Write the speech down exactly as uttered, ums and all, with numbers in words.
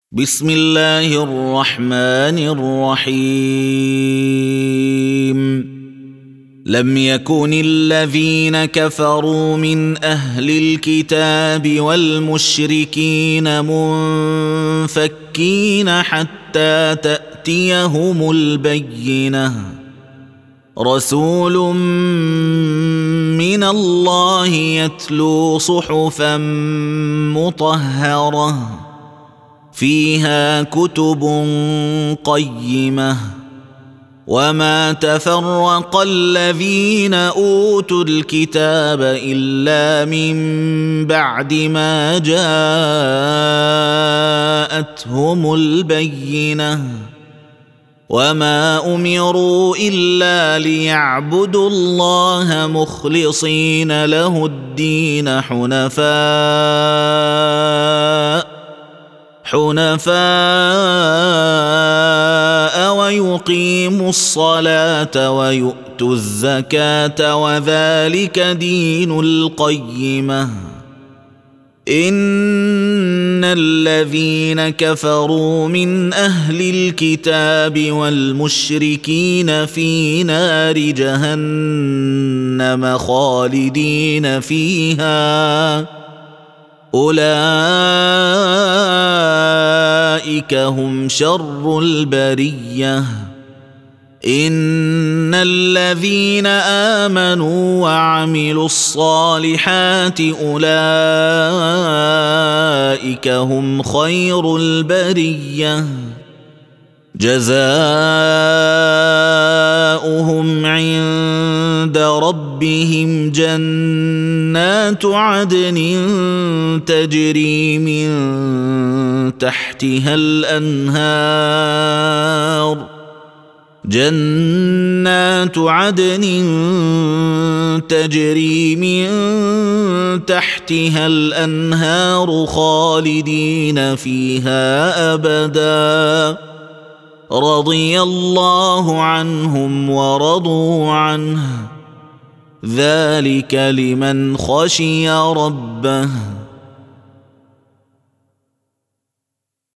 بسم الله الرحمن الرحيم. لم يكن الذين كفروا من أهل الكتاب والمشركين منفكين حتى تأتيهم البينة. رسول من الله يتلو صحفا مطهرة فيها كتب قيمة. وما تفرق الذين أوتوا الكتاب إلا من بعد ما جاءتهم البينة. وما أمروا إلا ليعبدوا الله مخلصين له الدين حنفاء حنفاء ويقيموا الصلاة ويؤتوا الزكاة وذلك دين القيمة. إن الذين كفروا من أهل الكتاب والمشركين في نار جهنم خالدين فيها أولئك هم شر البرية. إن الذين آمنوا وعملوا الصالحات أولئك هم خير البرية. جزاؤهم عند ربهم جنات عدن تجري من تحتها الأنهار جنات عدن تجري من تحتها الأنهار خالدين فيها أبدا. رضي الله عنهم ورضوا عنه ذلك لمن خشي ربه.